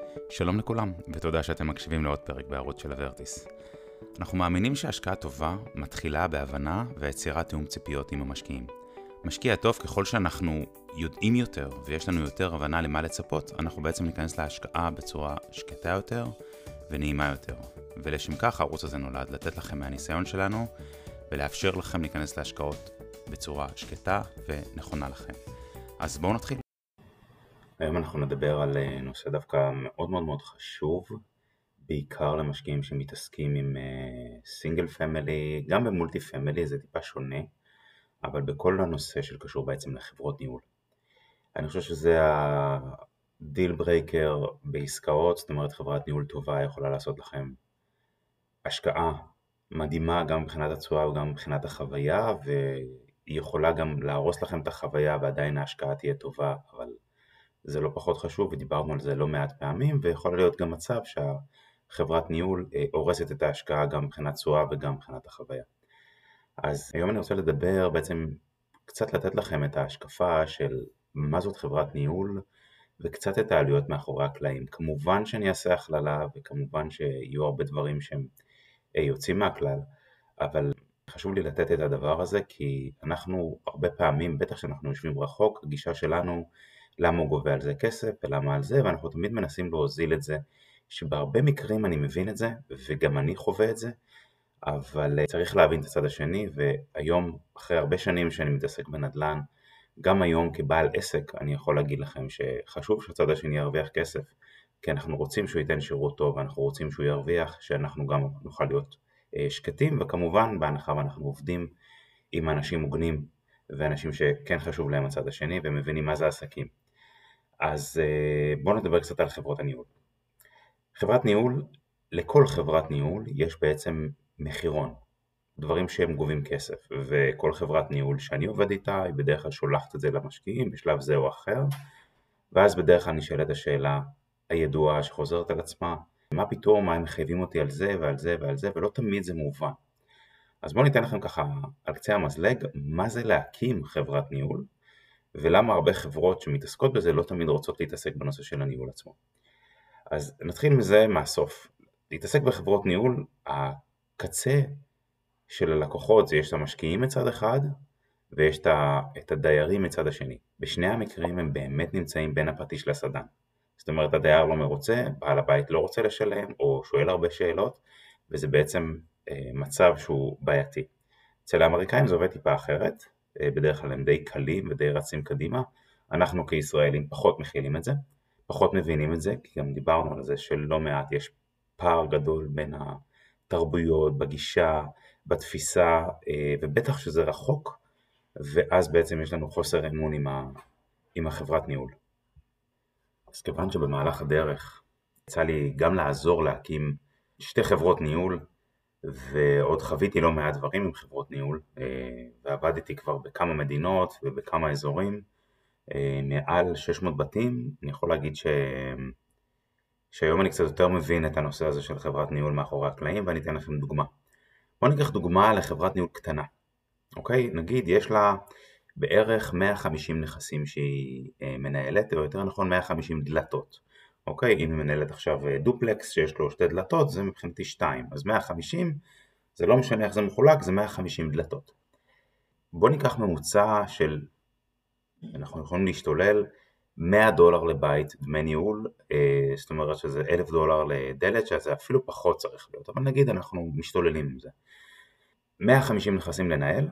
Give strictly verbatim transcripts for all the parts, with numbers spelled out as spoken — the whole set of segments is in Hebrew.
שלום לכולם, ותודה שאתם מקשיבים לעוד פרק בערוץ של הוורטיס. אנחנו מאמינים שהשקעה טובה מתחילה בהבנה ויצירת תיאום ציפיות עם המשקיעים. משקיע טוב ככל שאנחנו יודעים יותר ויש לנו יותר הבנה למה לצפות, אנחנו בעצם ניכנס להשקעה בצורה שקטה יותר ונעימה יותר. ולשם כך הערוץ הזה נולד, לתת לכם מהניסיון שלנו ולאפשר לכם להיכנס להשקעות בצורה שקטה ונכונה לכם. אז בואו נתחיל. היום אנחנו נדבר על נושא דווקא מאוד מאוד מאוד חשוב, בעיקר למשקיעים שמתעסקים עם סינגל פמילי, גם במולטי פמילי זה טיפה שונה, אבל בכל הנושא של קשור בעצם לחברות ניהול. אני חושב שזה הדיל ברייקר בעסקאות, זאת אומרת חברת ניהול טובה יכולה לעשות לכם השקעה מדהימה גם מבחינת התשואה וגם מבחינת החוויה, והיא יכולה גם להרוס לכם את החוויה ועדיין ההשקעה תהיה טובה, אבל זה לא פחות חשוב, ודיברנו על זה לא מעט פעמים, ויכול להיות גם מצב שהחברת ניהול הורסת את ההשקעה גם מבחינת תשואה וגם מבחינת החוויה. אז היום אני רוצה לדבר, בעצם קצת לתת לכם את ההשקפה של מה זאת חברת ניהול, וקצת את העלויות מאחורי הקלעים. כמובן שאני אעשה הכללה, וכמובן שיהיו הרבה דברים שהם יוצאים מהכלל, אבל חשוב לי לתת את הדבר הזה, כי אנחנו הרבה פעמים, בטח שאנחנו יושבים רחוק, הגישה שלנו, למה הוא גובה על זה כסף ולמה על זה, ואנחנו תמיד מנסים להוזיל את זה, שבהרבה מקרים אני מבין את זה, וגם אני חווה את זה, אבל צריך להבין את הצד השני, והיום, אחרי הרבה שנים שאני מתעסק בנדל"ן, גם היום כבעל עסק, אני יכול להגיד לכם שחשוב שהצד השני ירוויח כסף, כי אנחנו רוצים שהוא ייתן שירות טוב, ואנחנו רוצים שהוא ירוויח, שאנחנו גם נוכל להיות שקטים, וכמובן בהנחה ואנחנו עובדים עם אנשים מוגנים, ואנשים שכן חשוב להם הצד השני, ומבינים מה זה עסקים. אז בואו נדבר קצת על חברות הניהול. חברת ניהול, לכל חברת ניהול יש בעצם מחירון, דברים שהם גובים כסף, וכל חברת ניהול שאני עובד איתה, היא בדרך כלל שולחת את זה למשקיעים בשלב זה או אחר, ואז בדרך כלל נשאלת השאלה הידועה שחוזרת על עצמה, מה פתאום, מה הם מחייבים אותי על זה ועל זה ועל זה, ולא תמיד זה מובן. אז בואו ניתן לכם ככה על קצה המזלג, מה זה להקים חברת ניהול, ולמה הרבה חברות שמתעסקות בזה לא תמיד רוצות להתעסק בנושא של הניהול עצמו. אז נתחיל מזה מהסוף. להתעסק בחברות ניהול, הקצה של הלקוחות זה יש את המשקיעים מצד אחד, ויש את הדיירים מצד השני. בשני המקרים הם באמת נמצאים בין הפטיש לסדן. זאת אומרת, הדייר לא מרוצה, בעל הבית לא רוצה לשלם, או שואל הרבה שאלות, וזה בעצם מצב שהוא בעייתי. אצל האמריקאים זה עובד טיפה אחרת, בדרך כלל הם די קלים ודי רצים קדימה, אנחנו כישראלים פחות מכילים את זה, פחות מבינים את זה, כי גם דיברנו על זה שלא מעט יש פער גדול בין התרבויות, בגישה, בתפיסה, ובטח שזה רחוק, ואז בעצם יש לנו חוסר אמון עם, ה... עם החברת ניהול. אז כיוון שבמהלך הדרך יצא לי גם לעזור להקים שתי חברות ניהול, ועוד חוויתי לא מעט דברים עם חברות ניהול, ועבדתי כבר בכמה מדינות ובכמה אזורים, מעל שש מאות בתים. אני יכול להגיד ש... שהיום אני קצת יותר מבין את הנושא הזה של חברת ניהול מאחורי הקלעים, ואני אתן לכם דוגמה. בואו ניקח דוגמה לחברת ניהול קטנה. אוקיי? נגיד יש לה בערך מאה וחמישים נכסים שהיא מנהלת, או יותר נכון מאה וחמישים דלתות. אוקיי, אם היא מנהלת עכשיו דופלקס שיש לו שתי דלתות, זה מבחינתי שתיים. אז מאה וחמישים, זה לא משנה איך זה מחולק, זה מאה וחמישים דלתות. בואו ניקח ממוצע של, אנחנו יכולים להשתולל, מאה דולר לבית דמי ניהול, זאת אומרת שזה אלף דולר לדלת, שזה אפילו פחות צריך להיות, אבל נגיד אנחנו משתוללים עם זה. מאה וחמישים נכסים לנהל,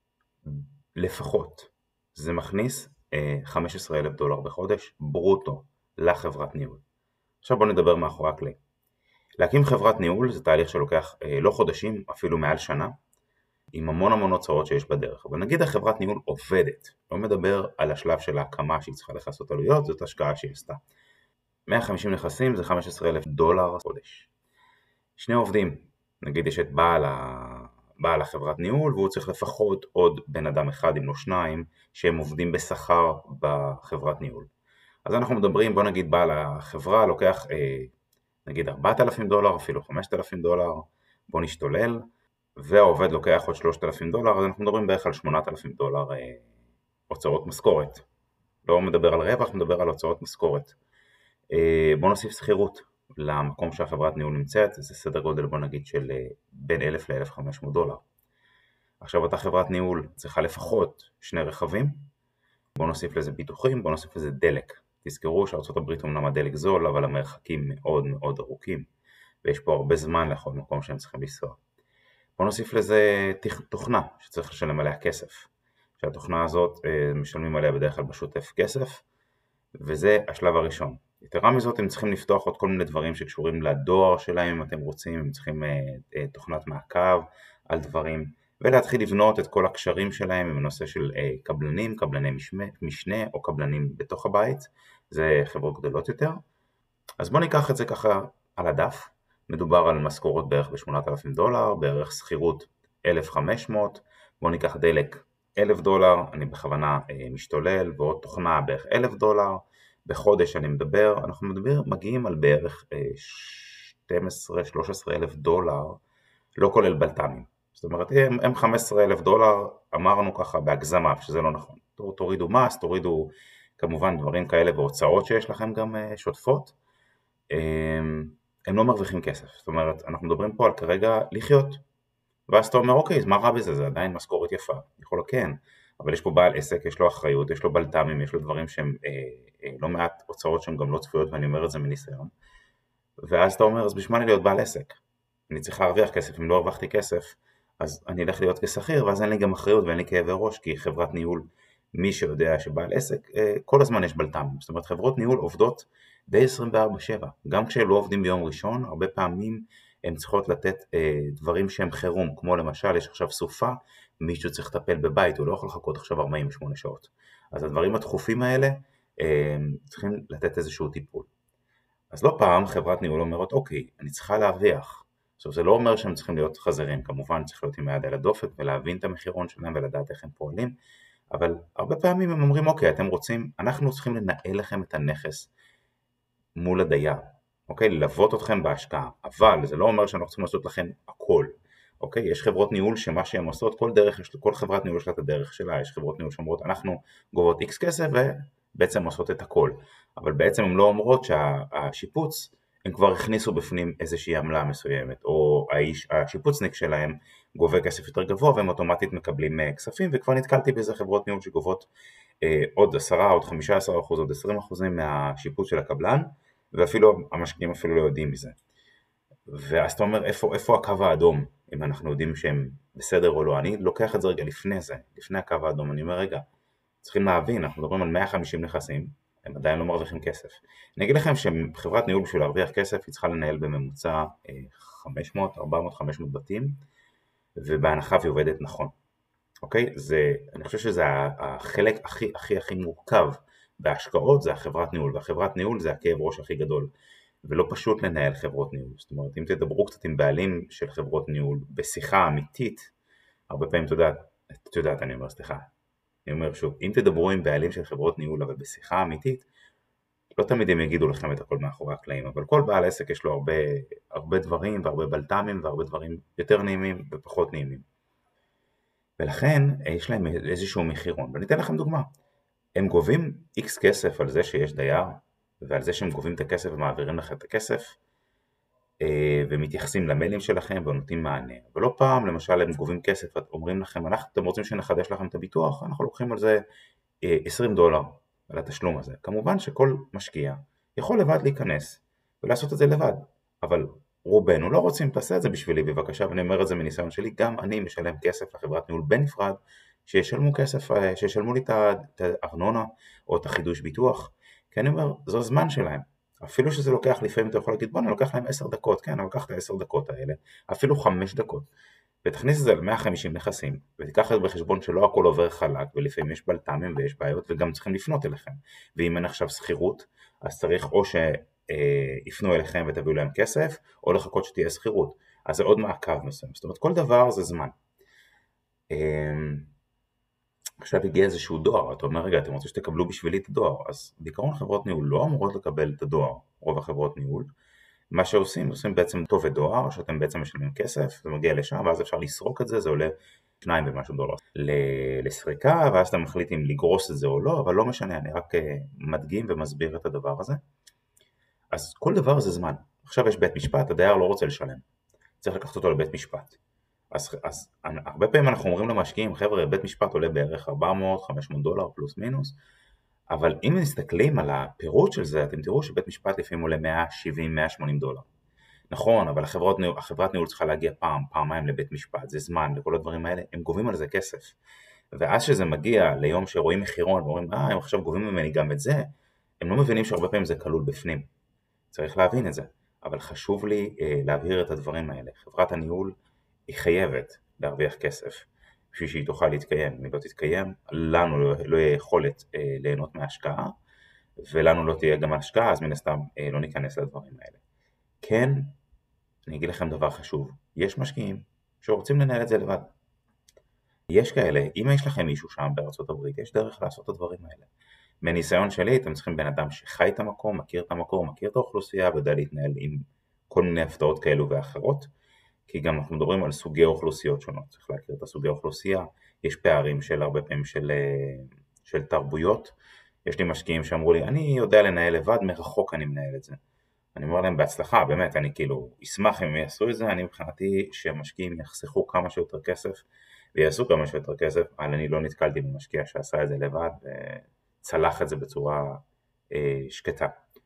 לפחות, זה מכניס חמישה עשר אלף דולר בחודש, ברוטו, לחברת ניהול. עכשיו בואו נדבר מאחורי הקלעים. להקים חברת ניהול זה תהליך שלוקח אה, לא חודשים, אפילו מעל שנה, עם המון המון הוצאות שיש בדרך. אבל נגיד החברת ניהול עובדת, לא מדבר על השלב של ההקמה שהיא צריכה לכסות עלויות, זאת השקעה שהיא עשתה. מאה וחמישים נכסים זה חמישה עשר אלף דולר חודש. שני עובדים, נגיד יש את בעל, ה... בעל החברת ניהול, והוא צריך לפחות עוד בן אדם אחד אם לא שניים, שהם עובדים בשכר בחברת ניהול. אז אנחנו מדברים, בוא נגיד בעל החברה לוקח אה, נגיד ארבעת אלפים דולר, אפילו חמשת אלפים דולר, בוא נשתולל, והעובד לוקח עוד שלושת אלפים דולר, אז אנחנו מדברים בערך על שמונת אלפים דולר אה, הוצאות משכורת. לא מדבר על רווח, מדבר על הוצאות משכורת. בוא נוסיף שכירות למקום שהחברת ניהול נמצאת, זה סדר גודל בוא נגיד של בין אלף ל-אלף וחמש מאות דולר. עכשיו אותה חברת ניהול צריכה לפחות שני רכבים, בוא נוסיף לזה ביטוחים, בוא נוסיף לזה דלק. תזכרו שארצות הברית אמנם הדלק זול, אבל המרחקים מאוד מאוד ארוכים, ויש פה הרבה זמן לכל מקום שהם צריכים לנסוע. בוא נוסיף לזה תוכנה שצריך לשלם עליה כסף, שהתוכנה הזאת משלמים עליה בדרך כלל בשוטף כסף, וזה השלב הראשון. יתרה מזאת הם צריכים לפתוח עוד כל מיני דברים שקשורים לדואר שלהם אם אתם רוצים, הם צריכים תוכנת מעקב על דברים, ולהתחיל לבנות את כל הקשרים שלהם עם הנושא של קבלנים, קבלני משנה או קבלנים בתוך הבית, זה חברות גדולות יותר. אז בואו ניקח את זה ככה על הדף, מדובר על משכורות בערך ב-שמונת אלפים דולר, בערך שכירות אלף וחמש מאות, בואו ניקח דלק אלף דולר, אני בכוונה משתולל, ועוד תוכנה בערך אלף דולר, בחודש אני מדבר, אנחנו מדבר, מגיעים על בערך שתים עשרה שלוש עשרה אלף דולר, לא כולל בלת"מים. זאת אומרת, הם חמישה עשר אלף דולר, אמרנו ככה בהגזמה, שזה לא נכון. תורידו מס, תורידו כמובן דברים כאלה והוצאות שיש לכם גם שוטפות, הם לא מרוויחים כסף. זאת אומרת, אנחנו מדברים פה על כרגע לחיות. ואז אתה אומר, אוקיי, אז מה רע בזה? זה עדיין משכורת יפה. יכול לו כן, אבל יש פה בעל עסק, יש לו אחריות, יש לו בלת"מים, יש לו דברים שהם אה, אה, לא מעט הוצאות שהן גם לא צפויות, ואני אומר את זה מניסיון. ואז אתה אומר, אז בשביל מה אני להיות בעל עסק? אני צריך להרוויח כסף, אם לא הרווחתי כסף, אז אני אלך להיות כשכיר, ואז אין לי גם אחריות ואין לי כאבי ראש, כי חברת ניהול, מי שיודע שבעל עסק, אה, כל הזמן יש בלת"מים. זאת אומרת, חברות ניהול עובדות די עשרים וארבע שבע, גם כשהם לא עובדים ביום ראשון, הרבה פעמים הן צריכות לתת אה, דברים שהם חירום, כמו למשל, יש עכשיו סופה, מישהו צריך לטפל בבית, הוא לא יכול לחכות עכשיו ארבעים ושמונה שעות. אז הדברים הדחופים האלה, אה, צריכים לתת איזשהו טיפול. אז לא פעם חברת ניהול אומרת, אוקיי, אני צריכה להרוויח. עכשיו זה לא אומר שהם צריכים להיות חזרים, כמובן צריך להיות עם היד על הדופק, ולהבין את המחירון שלהם ולדעת איך הם פועלים, אבל הרבה פעמים הם אומרים, אוקיי, אתם רוצים, אנחנו צריכים לנהל לכם את הנכס מול הדייר. אוקיי, ללוות אתכם בהשקעה, אבל זה לא אומר שאנחנו צריכים לעשות לכם הכל. אוקיי, יש חברות ניהול שמה שהן עושות, כל דרך, כל חברת ניהול יש לה את הדרך שלה, יש חברות ניהול שאומרות, אנחנו גובות X כסף ובעצם עושות את הכל. אבל בעצם הן לא אומרות שהשיפוץ, הם כבר הכניסו בפנים איזושהי עמלה מסוימת, או האיש, השיפוצניק שלהם גובה כסף יותר גבוה, והם אוטומטית מקבלים כספים, וכבר נתקלתי בזה חברות ניהול שגובות אה, עוד עשרה, עוד חמישה עשר אחוז, עוד עשרים אחוזים מהשיפוץ של הקבלן, ואפילו המשקיעים אפילו לא יודעים מזה. ואז אתה אומר, איפה, איפה הקו האדום, אם אנחנו יודעים שהם בסדר או לא? אני לוקח את זה רגע לפני זה, לפני הקו האדום, אני אומר, רגע, צריכים להבין, אנחנו מדברים על מאה וחמישים נכסים, הם עדיין לא מרוויחים כסף. אני אגיד לכם שחברת ניהול בשביל להרוויח כסף, היא צריכה לנהל בממוצע חמש מאות, ארבע מאות, חמש מאות בתים, ובהנחה והיא עובדת נכון. אוקיי? זה, אני חושב שזה החלק הכי, הכי, הכי מורכב בהשקעות, זה החברת ניהול, והחברת ניהול זה הכאב ראש הכי גדול, ולא פשוט לנהל חברות ניהול. זאת אומרת, אם תדברו קצת עם בעלים של חברות ניהול, בשיחה אמיתית, הרבה פעמים, אתה יודעת, אתה יודעת, אני אומר, סליחה, אני אומר שוב, אם תדברו עם בעלים של חברות ניהול, אבל בשיחה אמיתית, לא תמיד הם יגידו לכם את הכל מאחורי הקלעים, אבל כל בעל עסק יש לו הרבה, הרבה דברים, והרבה בלת"מים, והרבה דברים יותר נעימים ופחות נעימים. ולכן, יש להם איזשהו מחירון. ואני אתן לכם דוגמה. הם גובים X כסף על זה שיש דייר, ועל זה שהם גובים את הכסף ומעבירים לכם את הכסף, ומתייחסים למיילים שלכם ונותנים מענה. ולא פעם, למשל, הם גובים כסף, ואומרים לכם, אנחנו, אתם רוצים שנחדש לכם את הביטוח, אנחנו לוקחים על זה עשרים דולר על התשלום הזה. כמובן שכל משקיע יכול לבד להיכנס ולעשות את זה לבד, אבל רובנו לא רוצים, תעשה את זה בשבילי בבקשה, ואני אומר את זה מניסיון שלי, גם אני משלם כסף לחברת ניהול בנפרד, שישלמו כסף, שישלמו לי את הארנונה או את החידוש ביטוח, כי אני אומר, זו זמן שלהם. אפילו שזה לוקח לפעמים, אתה יכול להגיד, בוא, אני לוקח להם עשר דקות, כן, אני לוקח את העשר דקות האלה, אפילו חמש דקות, ותכניס את זה ל-מאה וחמישים נכסים, ותיקח את זה בחשבון שלא הכל עובר חלק, ולפעמים יש בלת"מים ויש בעיות, וגם צריכים לפנות אליכם. ואם אין עכשיו שכירות, אז צריך או שיפנו אליכם ותביאו להם כסף, או לחכות שתהיה שכירות. אז זה עוד מעקב מסוים. זאת אומרת, כל דבר זה זמן. עכשיו הגיע איזשהו דואר, אתה אומר, רגע, אתם רוצים שתקבלו בשבילי את הדואר, אז בעיקרון חברות ניהול לא אמורות לקבל את הדואר, רוב החברות ניהול, מה שעושים, עושים בעצם טוב ודואר, שאתם בעצם משלמים כסף, זה מגיע לשם, ואז אפשר לסרוק את זה, זה עולה שניים ומשהו דולר לסריקה, ואז אתה מחליט אם לגרוס את זה או לא, אבל לא משנה, אני רק מדגים ומסביר את הדבר הזה. אז כל דבר זה זמן. עכשיו יש בית משפט, הדייר לא רוצה לשלם, צריך לקחת אותו לבית משפט. אז, אז הרבה פעמים אנחנו אומרים למשקיעים, חבר'ה, בית משפט עולה בערך ארבע מאות חמש מאות דולר פלוס מינוס, אבל אם מסתכלים על הפירוט של זה, אתם תראו שבית משפט לפעמים עולה מאה שבעים מאה שמונים דולר. נכון, אבל החברות, החברת ניהול צריכה להגיע פעם, פעמיים לבית משפט, זה זמן, לכל הדברים האלה, הם גובים על זה כסף. ואז שזה מגיע ליום שרואים מחירון, ואומרים, אה, הם עכשיו גובים ממני גם את זה, הם לא מבינים שהרבה פעמים זה כלול בפנים. צריך להבין את זה. אבל חשוב לי אה, להבהיר את הדברים האלה. חברת הניהול היא חייבת להרוויח כסף, בשביל שהיא תוכל להתקיים. אם היא לא תתקיים, לנו לא, לא יהיה יכולת אה, ליהנות מההשקעה, ולנו לא תהיה גם השקעה, אז מן הסתם אה, לא ניכנס לדברים האלה. כן, אני אגיד לכם דבר חשוב, יש משקיעים שרוצים לנהל את זה לבד. יש כאלה, אם יש לכם מישהו שם בארצות הברית, יש דרך לעשות את הדברים האלה. מניסיון שלי, אתם צריכים בן אדם שחי את המקום, מכיר את המקום, מכיר את האוכלוסייה, ויודע להתנהל עם כל מיני הפתעות כאלו ואחרות, כי גם אנחנו מדברים על סוגי אוכלוסיות שונות, צריך להכיר את הסוגי אוכלוסייה, יש פערים של הרבה פעמים של, של תרבויות, יש לי משקיעים שאמרו לי, אני יודע לנהל לבד, מרחוק אני מנהל את זה. אני אומר להם בהצלחה, באמת, אני כאילו אשמח אם הם יעשו את זה, אני מבחינתי שהמשקיעים יחסכו כמה שיותר כסף, ויעשו כמה שיותר כסף, אבל אני לא נתקלתי במשקיע שעשה את זה לבד, וצלח את זה בצורה אה, שקטה.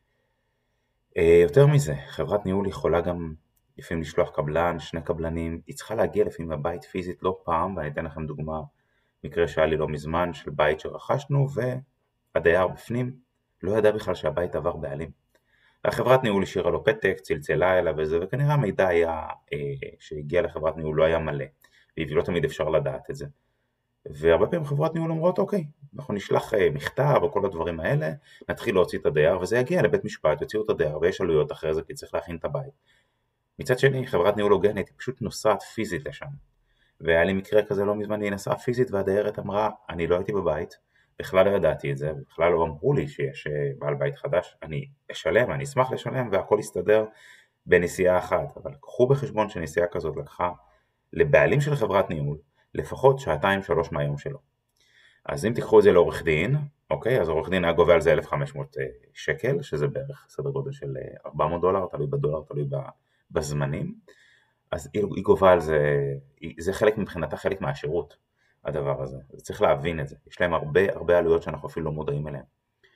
אה, יותר מזה, חברת ניהול יכולה גם לפעמים לשלוח קבלן, שני קבלנים, היא צריכה להגיע לפעמים הבית פיזית לא פעם, ואני אתן לכם דוגמה, מקרה שהיה לי לא מזמן, של בית שרכשנו, והדייר בפנים לא ידע בכלל שהבית עבר בעלים. החברת ניהול השאירה לו פתק, צלצלה אליו וזה, וכנראה המידע היה, אה, שהגיע לחברת ניהול לא היה מלא, ולא תמיד אפשר לדעת את זה. והרבה פעמים חברת ניהול אומרות, אוקיי, אנחנו נשלח אה, מכתב או כל הדברים האלה, נתחיל להוציא את הדייר, וזה יגיע לבית משפט, יוציאו את הדייר, ויש עלויות אחרי זה, כי צריך להכין את הבית. מצד שני, חברת ניהול הוגנת, היא פשוט נוסעת פיזית לשם. והיה לי מקרה כזה לא מזמן, היא נסעה פיזית, והדיירת אמרה, אני לא הייתי בבית, בכלל לא ידעתי את זה, בכלל לא אמרו לי שיש בעל בית חדש, אני אשלם, אני אשמח לשלם, והכל יסתדר בנסיעה אחת. אבל קחו בחשבון שנסיעה כזאת לקחה לבעלים של חברת ניהול, לפחות שעתיים שלוש מהיום שלו. אז אם תיקחו את זה לעורך דין, אוקיי, אז עורך דין היה גובה על זה אלף וחמש מאות שקל, שזה בערך סדר גודל של ארבע מאות דולר, תלוי בדולר, תלוי בזמנים. אז היא גובה על זה, זה חלק מבחינתה, חלק מהשירות. הדבר הזה, צריך להבין את זה, יש להם הרבה הרבה עלויות שאנחנו אפילו לא מודעים אליהן,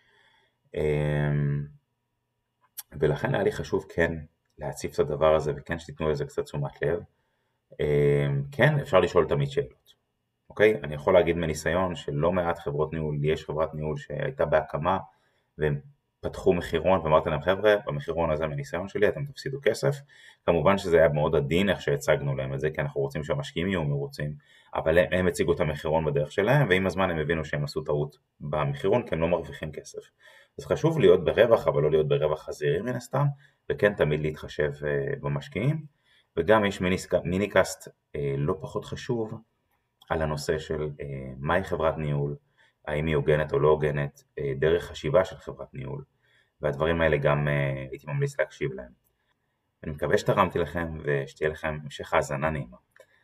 ולכן היה לי חשוב כן להציף את הדבר הזה, וכן שתיתנו לזה קצת תשומת לב. כן, אפשר לשאול תמיד שאלות, אוקיי? אני יכול להגיד מניסיון שלא מעט חברות ניהול, יש חברת ניהול שהייתה בהקמה, והם פתחו מחירון, ואמרתי להם, חבר'ה, במחירון הזה מניסיון שלי, אתם תפסידו כסף. כמובן שזה היה מאוד עדין איך שהצגנו להם את זה, כי אנחנו רוצים שהמשקיעים יהיו מרוצים, אבל הם, הם הציגו את המחירון בדרך שלהם, ועם הזמן הם הבינו שהם עשו טעות במחירון, כי הם לא מרוויחים כסף. אז חשוב להיות ברווח, אבל לא להיות ברווח חזירי מן הסתם, וכן תמיד להתחשב uh, במשקיעים, וגם יש מיניסק, מיניקאסט uh, לא פחות חשוב, על הנושא של uh, מהי חברת ניהול, האם היא הוגנת או לא הוגנת, uh, דרך חשיבה של חברת ניהול, והדברים האלה גם uh, הייתי ממליץ להקשיב להם. אני מקווה שתרמתי לכם, ושתהיה לכם המשך האזנה נעימה.